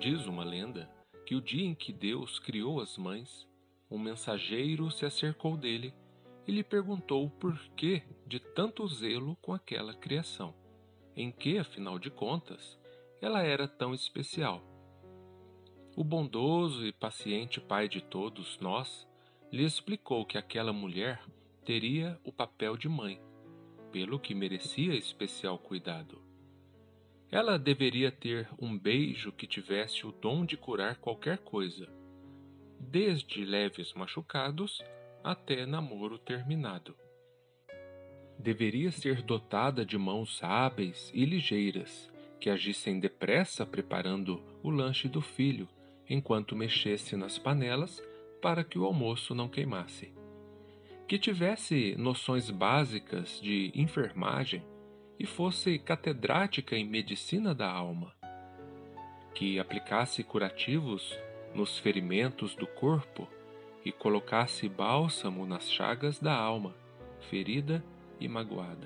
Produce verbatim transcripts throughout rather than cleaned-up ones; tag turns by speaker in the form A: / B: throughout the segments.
A: Diz uma lenda que o dia em que Deus criou as mães, um mensageiro se acercou dele e lhe perguntou o porquê de tanto zelo com aquela criação, em que, afinal de contas, ela era tão especial. O bondoso e paciente pai de todos nós lhe explicou que aquela mulher teria o papel de mãe, pelo que merecia especial cuidado. Ela deveria ter um beijo que tivesse o dom de curar qualquer coisa, desde leves machucados até namoro terminado. Deveria ser dotada de mãos hábeis e ligeiras, que agissem depressa preparando o lanche do filho, enquanto mexesse nas panelas para que o almoço não queimasse. Que tivesse noções básicas de enfermagem e fosse catedrática em medicina da alma. Que aplicasse curativos nos ferimentos do corpo e colocasse bálsamo nas chagas da alma, ferida e magoada.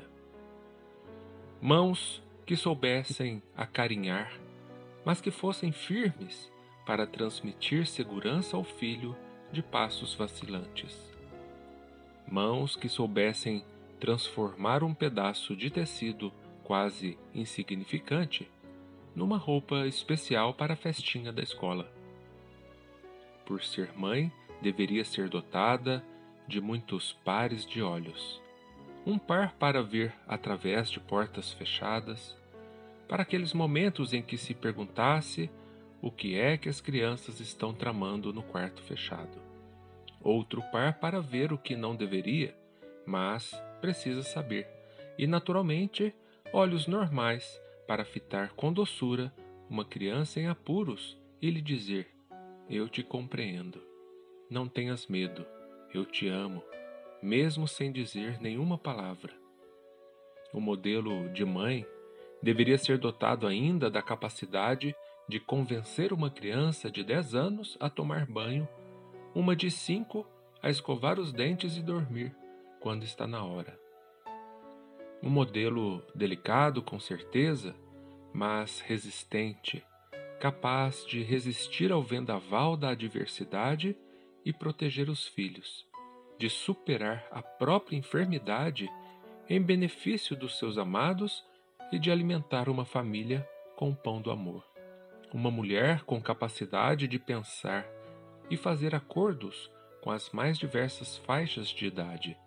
A: Mãos que soubessem acarinhar, mas que fossem firmes para transmitir segurança ao filho de passos vacilantes. Mãos que soubessem transformar um pedaço de tecido quase insignificante numa roupa especial para a festinha da escola. Por ser mãe, deveria ser dotada de muitos pares de olhos. Um par para ver através de portas fechadas, para aqueles momentos em que se perguntasse o que é que as crianças estão tramando no quarto fechado. Outro par para ver o que não deveria, mas precisa saber. E, naturalmente, olhos normais para fitar com doçura uma criança em apuros e lhe dizer: eu te compreendo. Não tenhas medo, eu te amo, mesmo sem dizer nenhuma palavra. O modelo de mãe deveria ser dotado ainda da capacidade de convencer uma criança de dez anos a tomar banho, uma de cinco a escovar os dentes e dormir quando está na hora. Um modelo delicado, com certeza, mas resistente, capaz de resistir ao vendaval da adversidade e proteger os filhos, de superar a própria enfermidade em benefício dos seus amados e de alimentar uma família com o pão do amor. Uma mulher com capacidade de pensar e fazer acordos com as mais diversas faixas de idade.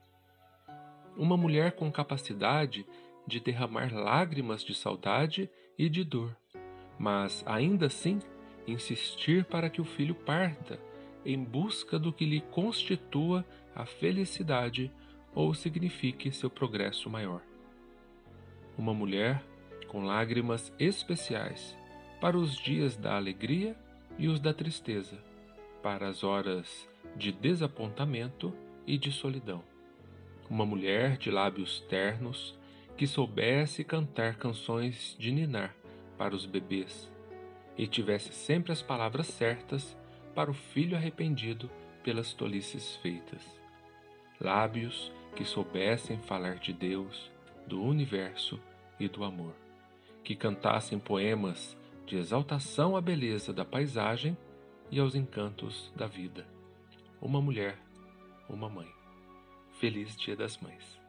A: Uma mulher com capacidade de derramar lágrimas de saudade e de dor, mas ainda assim insistir para que o filho parta em busca do que lhe constitua a felicidade ou signifique seu progresso maior. Uma mulher com lágrimas especiais para os dias da alegria e os da tristeza, para as horas de desapontamento e de solidão. Uma mulher de lábios ternos que soubesse cantar canções de ninar para os bebês e tivesse sempre as palavras certas para o filho arrependido pelas tolices feitas. Lábios que soubessem falar de Deus, do universo e do amor. Que cantassem poemas de exaltação à beleza da paisagem e aos encantos da vida. Uma mulher, uma mãe. Feliz Dia das Mães.